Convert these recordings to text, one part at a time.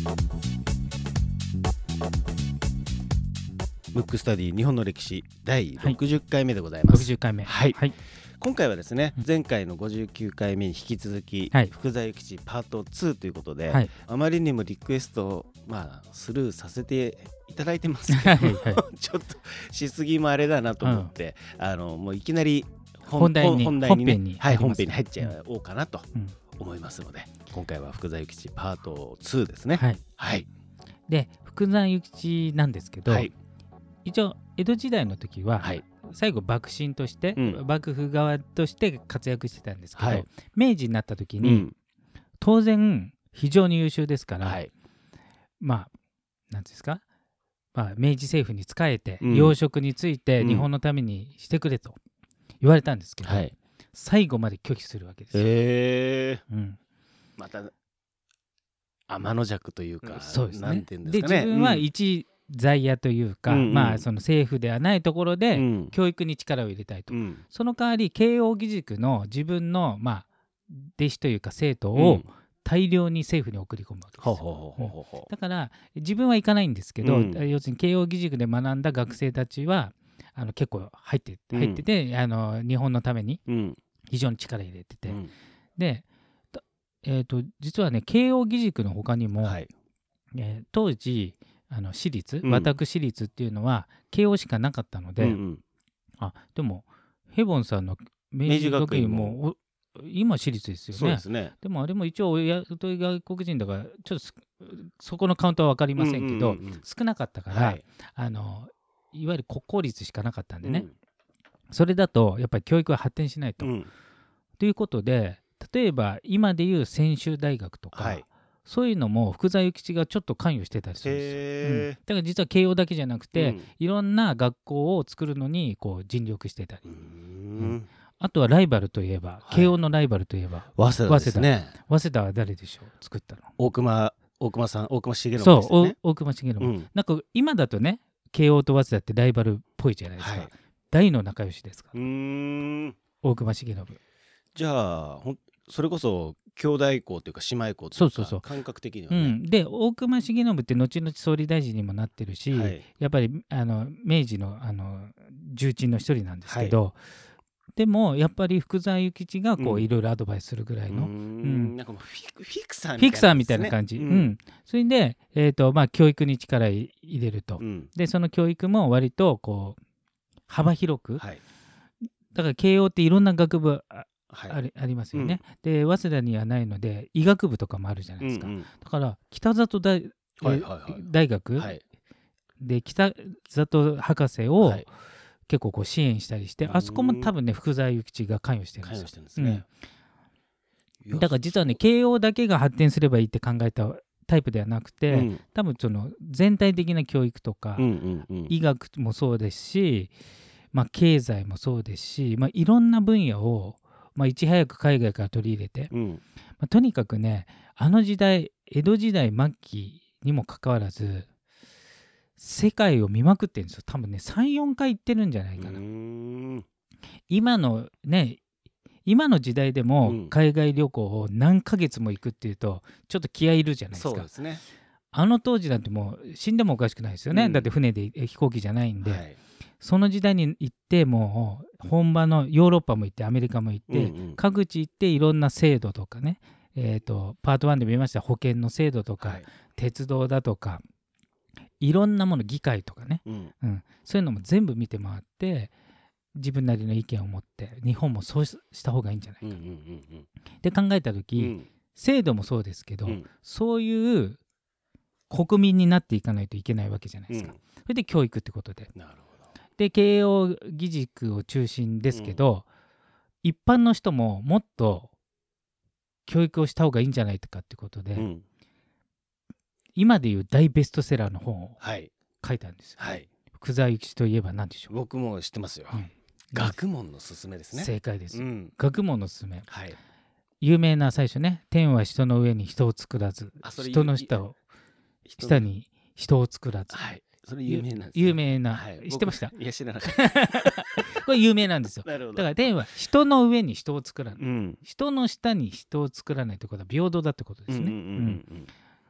ムックスタディ日本の歴史第60回目でございます。 60回目。 はい。 はい。 今回はですね、前回の59回目に引き続き、 はい、 福沢諭吉パート2ということで、 はい、 あまりにもリクエストを、スルーさせていただいてますけどはい、はい、ちょっとしすぎもあれだなと思って、もういきなり本編に入っちゃおうかなと思いますので、今回は福沢諭吉パート2ですね。 はい、 はい、 で福沢諭吉なんですけど、はい、一応江戸時代の時は、はい、最後幕臣として、幕府側として活躍してたんですけど、はい、明治になった時に、当然非常に優秀ですから、はい、なんですか、明治政府に仕えて、要職に就いて日本のためにしてくれと言われたんですけど、はい、最後まで拒否するわけですよ。 また天の弱というか、 そうですね。 なんていうんですかね。 で自分は一在野というか、その政府ではないところで教育に力を入れたいと、その代わり慶應義塾の自分の弟子というか生徒を大量に政府に送り込むわけですよ。だから自分は行かないんですけど、要するに慶應義塾で学んだ学生たちは結構入ってて、日本のために非常に力入れてて、で、実はね慶應義塾の他にも、当時私立、私立っていうのは慶応しかなかったので、でもヘボンさんの明治学院も今私立ですよね。 そうですね。 でもあれも一応外国人だからちょっとそこのカウントは分かりませんけど、少なかったから、いわゆる国公立しかなかったんでね、それだとやっぱり教育は発展しないと、ということで、例えば今でいう専修大学とか、そういうのも福沢諭吉がちょっと関与してたりするんですよ。だから実は慶応だけじゃなくて、いろんな学校を作るのにこう尽力してたり、あとはライバルといえば、慶応のライバルといえば早稲田ですね。 早稲田は誰でしょう作ったの？ 大隈重信ですよね。 そう、大隈重信、なんか今だとね慶応と早稲田ってライバルっぽいじゃないですか。大の仲良しですから。大隈重信。 じゃあそれこそ兄弟校というか姉妹校というか、感覚的にはね、 で大隈重信って後々総理大臣にもなってるし、やっぱり明治の重鎮の一人なんですけど、でもやっぱり福沢諭吉がこういろいろアドバイスするぐらいの、 なんかもうフィクサーみたいな感じ。それで、教育に力入れると、でその教育も割とこう幅広く、だから慶応っていろんな学部ありますよね。で早稲田にはないので医学部とかもあるじゃないですか。だから北里大学で北里博士を結構こう支援したりして、あそこも多分ね福沢諭吉が関与してるんですよ。だから実はね慶応だけが発展すればいいって考えたタイプではなくて、多分その全体的な教育とか、医学もそうですし、経済もそうですし、いろんな分野をいち早く海外から取り入れて、とにかくねあの時代江戸時代末期にもかかわらず世界を見まくってるんですよ。多分ね 3,4 回行ってるんじゃないかな。今の時代でも海外旅行を何ヶ月も行くっていうとちょっと気合いいるじゃないですか。 そうですね。 あの当時なんてもう死んでもおかしくないですよね。だって船で飛行機じゃないんで、その時代に行ってもう本場のヨーロッパも行ってアメリカも行って、各地行っていろんな制度とかね、パート1で見ました保険の制度とか、鉄道だとかいろんなもの議会とかね、そういうのも全部見て回って自分なりの意見を持って日本もそうした方がいいんじゃないかって考えた時、制度もそうですけど、そういう国民になっていかないといけないわけじゃないですか。それで教育ってことで。で慶應義塾を中心ですけど、一般の人ももっと教育をした方がいいんじゃないかってことで、今でいう大ベストセラーの本を書いたんですよ。福沢諭吉といえば何でしょう？ 僕も知ってますよ。学問のすすめですね。 正解です。学問のすすめ。有名な最初ね、天は人の上に人を作らず、人の下に人を作らず。 それ有名なんです。 有名な、知ってました？ いや知らなかった。 これ有名なんですよ。だから天は人の上に人を作らない、人の下に人を作らないということは平等だってことですね。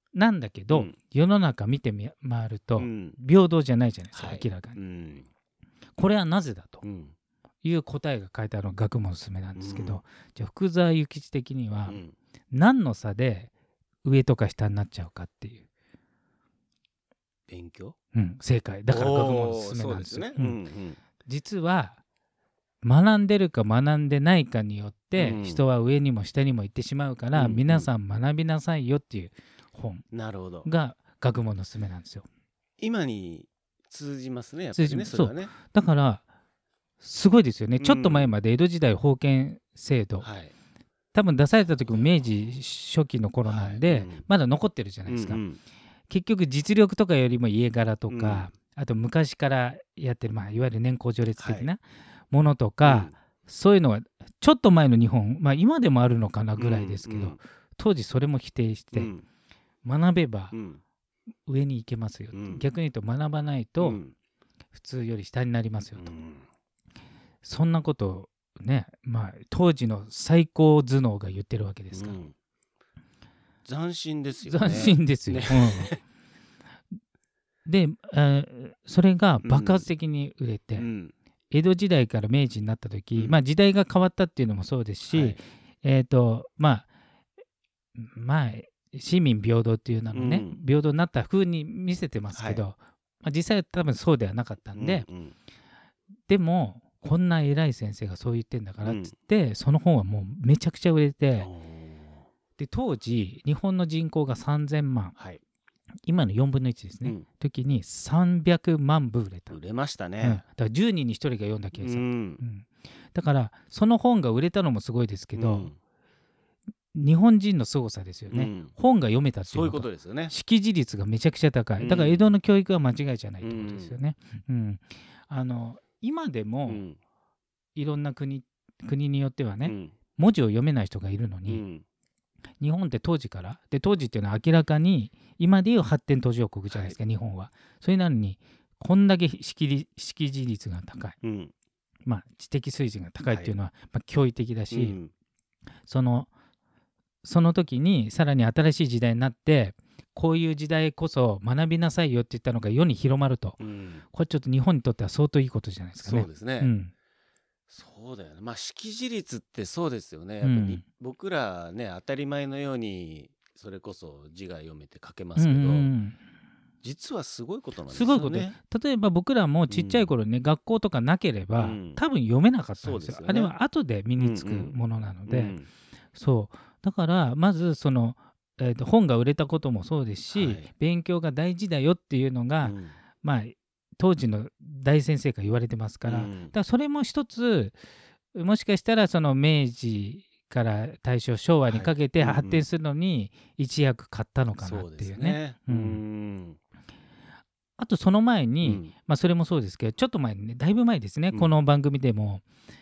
なんだけど、世の中見て回ると、平等じゃないじゃないですか、明らかに。これはなぜだという答えが書いてあるのが学問のすすめなんですけど、じゃあ福沢諭吉的には、何の差で上とか下になっちゃうかっていう。 勉強？ 正解。だから学問のすすめなんですよ。実は学んでるか学んでないかによって人は上にも下にも行ってしまうから、皆さん学びなさいよっていう本が学問のすすめなんですよ。 今に通じますね、やっぱりね。 そうだからすごいですよね。ちょっと前まで江戸時代封建制度、多分出された時も明治初期の頃なんで、まだ残ってるじゃないですか。結局実力とかよりも家柄とか、あと昔からやってる、いわゆる年功序列的なものとか、そういうのはちょっと前の日本、今でもあるのかなぐらいですけど、当時それも否定して、学べば上に行けますよ、逆に言うと学ばないと普通より下になりますよと、そんなことをね、当時の最高頭脳が言ってるわけですから、 斬新ですよね。 斬新ですよ、で、それが爆発的に売れて、江戸時代から明治になった時、時代が変わったっていうのもそうですし、市民平等っていうのもね、平等になった風に見せてますけど、実際は多分そうではなかったんで、でもこんな偉い先生がそう言ってんだからっつって、その本はもうめちゃくちゃ売れて、で当時日本の人口が3000万、今の4分の1ですね、時に300万部売れた。 売れましたね。 だから10人に1人が読んだ計算、だからその本が売れたのもすごいですけど、日本人の凄さですよね、本が読めたっていうのが、そういうことですよね。識字率がめちゃくちゃ高い。だから江戸の教育は間違いじゃないってことですよね。今でもいろんな国によってはね、文字を読めない人がいるのに、日本って当時からで、当時っていうのは明らかに今でいう発展途上国じゃないですか、日本は。それなのにこんだけ識字率が高い、知的水準が高いっていうのは、驚異的だし、その時にさらに新しい時代になって、こういう時代こそ学びなさいよって言ったのが世に広まると、これちょっと日本にとっては相当いいことじゃないですかね。 そうですね、そうだよね。識字率ってそうですよね。やっぱり僕らね、当たり前のようにそれこそ字が読めて書けますけど、実はすごいことなんですよね。すごいこと。例えば僕らもちっちゃい頃ね、学校とかなければ、多分読めなかったんですよ。あれは後で身につくものなので、そうだからまずその、本が売れたこともそうですし、勉強が大事だよっていうのが、当時の大先生が言われてますから、だからそれも一つ、もしかしたらその明治から大正昭和にかけて発展するのに一役買ったのかなっていうね。あとその前に、それもそうですけど、ちょっと前にね、だいぶ前ですね、この番組でも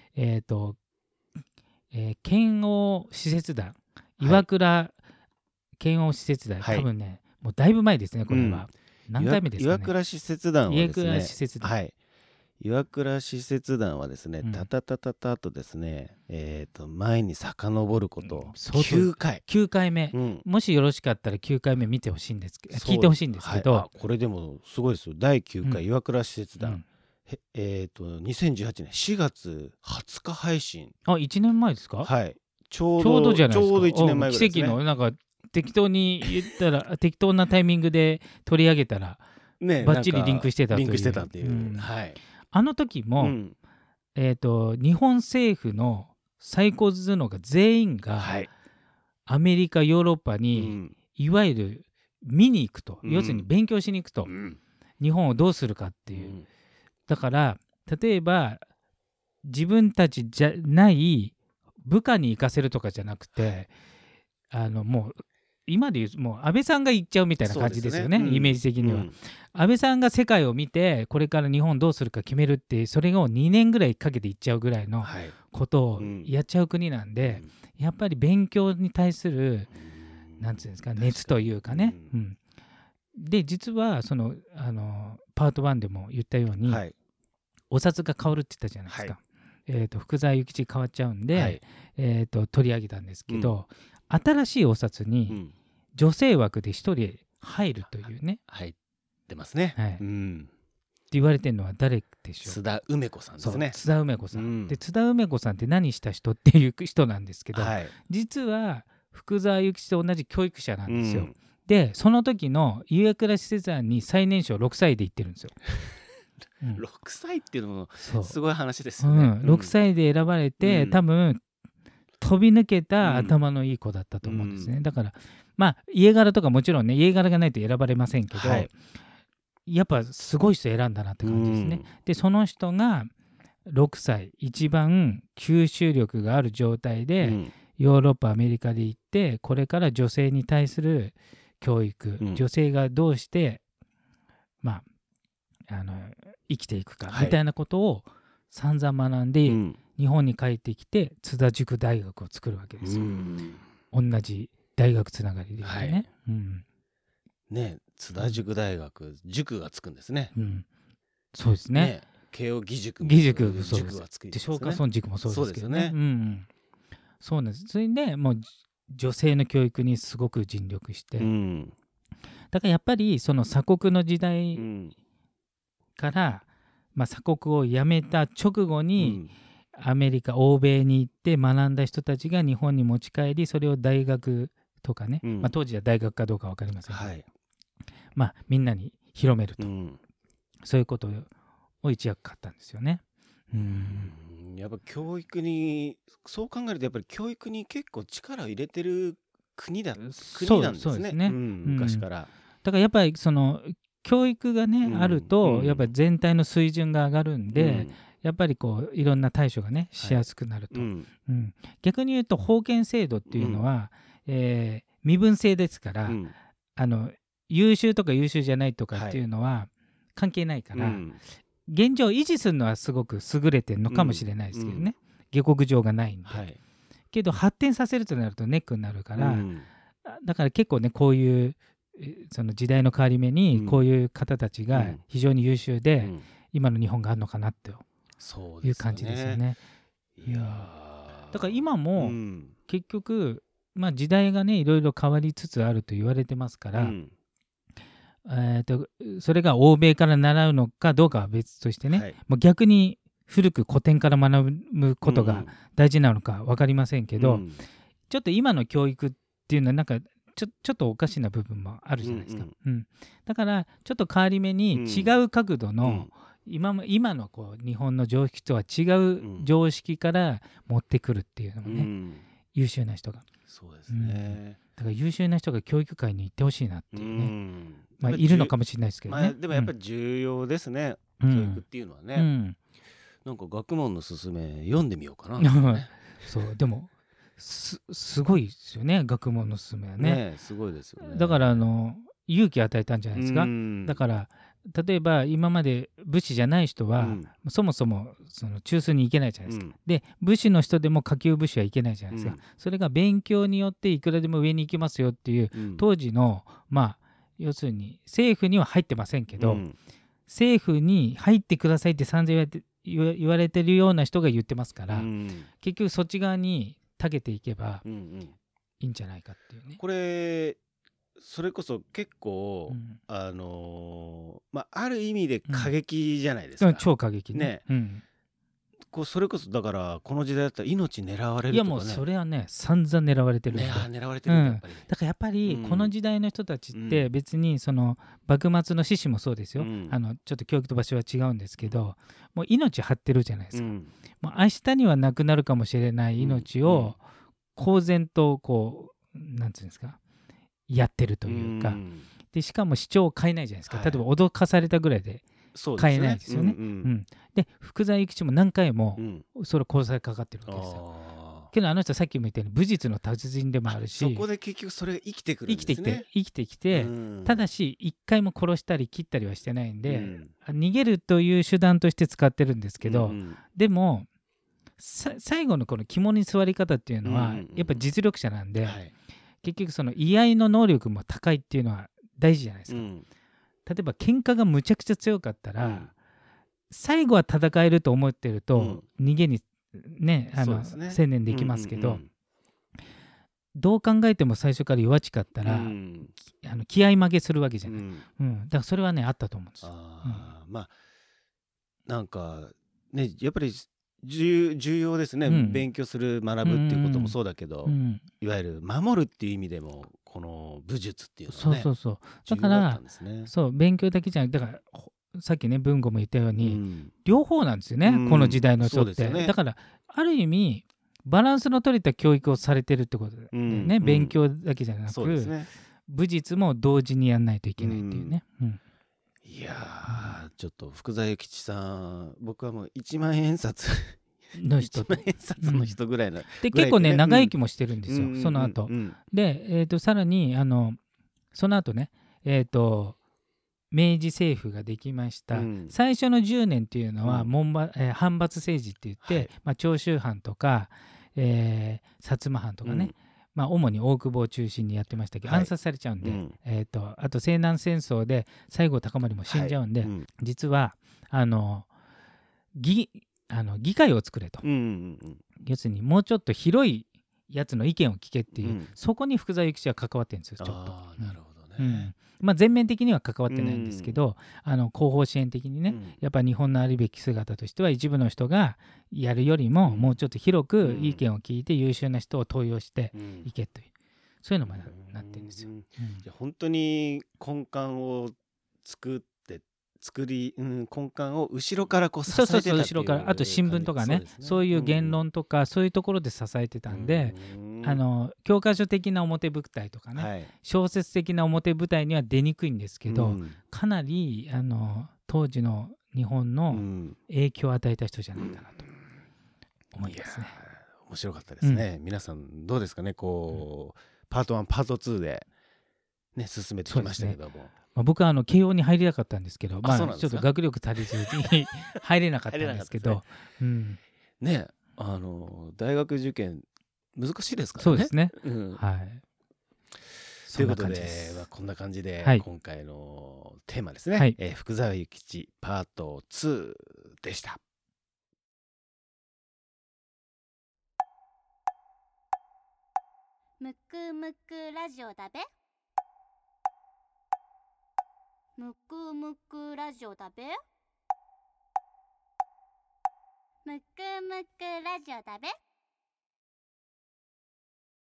剣王使節団、岩倉剣王使節団、多分ね、もうだいぶ前ですね、これは。何回目ですかね。 岩倉使節団はですね、岩倉使節団はですね、とですね、前に遡ること9回目、もしよろしかったら9回目見てほしいんですけど、聞いてほしいんですけど、これでもすごいですよ。第9回岩倉使節団、2018年4月20日配信。 1年前ですか？ はい、 ちょうどじゃないですか。 ちょうど1年前ぐらいですね。 奇跡のなんか適当に言ったら適当なタイミングで取り上げたら、バッチリリンクしてたっていう、 あの時も、日本政府の最高頭脳が全員がアメリカヨーロッパに、いわゆる見に行くと、要するに勉強しに行くと、日本をどうするかっていう、だから例えば自分たちじゃない部下に行かせるとかじゃなくて、もう今でいうもう安倍さんが行っちゃうみたいな感じですよね、イメージ的には。安倍さんが世界を見てこれから日本どうするか決めるって、それを2年ぐらいかけて行っちゃうぐらいのことをやっちゃう国なんで、やっぱり勉強に対するなんていうんですか、熱というかね、で実はそのパート1でも言ったように、お札が変わるって言ったじゃないですか。福沢諭吉変わっちゃうんで、取り上げたんですけど、新しいお札に女性枠で一人入るというね。 入ってますね。 はい。って言われてるのは誰でしょう。 津田梅子さんですね。 津田梅子さん。で津田梅子さんって何した人っていう人なんですけど、実は福沢諭吉と同じ教育者なんですよ。でその時の岩倉使節団に最年少6歳で行ってるんですよ。 6歳っていうのもすごい話ですよね。 6歳で選ばれて、多分飛び抜けた頭のいい子だったと思うんですね。だからまあ家柄とかもちろんね、家柄がないと選ばれませんけど、やっぱすごい人選んだなって感じですね。でその人が6歳一番吸収力がある状態で、ヨーロッパアメリカで行って、これから女性に対する教育、女性がどうしてまあ生きていくかみたいなことを散々学んで、日本に帰ってきて津田塾大学を作るわけですよ。同じ大学つながりでね。 ね、津田塾大学、塾がつくんですね。 そうですね。 慶応義塾塾がつく。で松下村塾もそうですけどね。そうなんです。それでもう女性の教育にすごく尽力して、だからやっぱりその鎖国の時代から、鎖国をやめた直後に、アメリカ欧米に行って学んだ人たちが日本に持ち帰り、それを大学とかね、当時は大学かどうか分かりませんけど、みんなに広めると、そういうことを一役買ったんですよね。 やっぱ教育に、そう考えるとやっぱり教育に結構力を入れてる国なんですね。昔から。 だからやっぱりその教育がね、あるとやっぱり全体の水準が上がるんで、やっぱりこういろんな対処がねしやすくなると。逆に言うと封建制度っていうのは、身分制ですから、優秀とか優秀じゃないとかっていうのは関係ないから、現状維持するのはすごく優れてるのかもしれないですけどね、下克上がないんで、けど発展させるとなるとネックになるから、だから結構ね、こういうその時代の変わり目にこういう方たちが非常に優秀で、今の日本があるのかなっていう感じですよね。だから今も結局、時代がねいろいろ変わりつつあると言われてますから、それが欧米から習うのかどうかは別としてね、もう逆に古く古典から学ぶことが大事なのか分かりませんけど、ちょっと今の教育っていうのはなんかちょっとおかしな部分もあるじゃないですか。だからちょっと変わり目に違う角度の、今のこう日本の常識とは違う常識から持ってくるっていうのもね、優秀な人が。 そうですね。 だから優秀な人が教育界に行ってほしいなっていうね、いるのかもしれないですけどね。 でもやっぱり重要ですね、教育っていうのはね。なんか学問のすすめ読んでみようかな。 そうでもすごいですよね、学問のすすめはね。 すごいですよね。 だから勇気を与えたんじゃないですか。だから例えば今まで武士じゃない人は、そもそもその中枢に行けないじゃないですか。で武士の人でも下級武士はいけないじゃないですか。それが勉強によっていくらでも上に行きますよっていう、当時の要するに政府には入ってませんけど、政府に入ってくださいって散々言われてるような人が言ってますから、結局そっち側に長けていけばいいんじゃないかっていうね。 これそれこそ結構、ある意味で過激じゃないですか。 超過激ね。 それこそだからこの時代だったら命狙われるとかね。 いやもうそれはね散々狙われてるんで。 狙われてるんだ、やっぱり。 だからやっぱりこの時代の人たちって別にその幕末の志士もそうですよ。ちょっと教育と場所は違うんですけど、もう命張ってるじゃないですか。もう明日にはなくなるかもしれない命を公然とこうなんていうんですか、やってるというか、でしかも主張を変えないじゃないですか。例えば脅かされたぐらいで変えないですよね。で福沢諭吉も何回もそれ殺されかかってるわけですよ。けどあの人さっきも言ったように武術の達人でもあるし、 そこで結局それが生きてくるんですね。 生きてきて、ただし一回も殺したり切ったりはしてないんで、逃げるという手段として使ってるんですけど、でも最後のこの肝に座り方っていうのはやっぱ実力者なんで、結局その居合の能力も高いっていうのは大事じゃないですか。例えば喧嘩がむちゃくちゃ強かったら、最後は戦えると思ってると、逃げにね専念できますけど、 どう考えても最初から弱っちかったら、気合い負けするわけじゃない、だからそれはねあったと思うんですよ。 まあなんかねやっぱり重要ですね、勉強する学ぶっていうこともそうだけど、いわゆる守るっていう意味でもこの武術っていうのはねだからそう勉強だけじゃなくてだからさっきね文吾も言ったように、両方なんですよね、この時代の人って、だからある意味バランスの取れた教育をされてるってことだよね、勉強だけじゃなく、武術も同時にやんないといけないっていうね、 いやー、ちょっと福沢諭吉さん、僕はもう1万円札の人 1万円札の人ぐらいの、 で結構ね長生きもしてるんですよ、その後、で、さらにその後ね明治政府ができました、最初の10年っていうのは藩閥政治って言って、長州藩とか、薩摩藩とかね、主に大久保を中心にやってましたけど、暗殺されちゃうんで、あと西南戦争で西郷隆盛も死んじゃうんで、実は議会を作れと、要するにもうちょっと広いやつの意見を聞けっていう、そこに福沢諭吉は関わってるんですよ、ちょっと。 なるほどね。 全面的には関わってないんですけど、後方支援的にね、やっぱ日本のあるべき姿としては一部の人がやるよりも、もうちょっと広く意見を聞いて優秀な人を登用していけという、そういうのもなってるんですよ。 本当に根幹を根幹を後ろからこう支えてたっていう、 後ろから、あと新聞とかね、そういう言論とか、そういうところで支えてたんで、教科書的な表舞台とかね、小説的な表舞台には出にくいんですけど、かなり当時の日本の影響を与えた人じゃないかなと思いますね。 面白かったですね。皆さんどうですかね、こうパート1パート2でね進めてきましたけども。 僕は慶応に入りたかったんですけど、ちょっと学力足りずに入れなかったんですけど、 ね、大学受験難しいですからね。 そうですね。はい。 ということでこんな感じで今回のテーマですね、福沢諭吉パート2でした。 むくむくラジオだべ。むくむくラジオだべ。むくむくラジオだべ。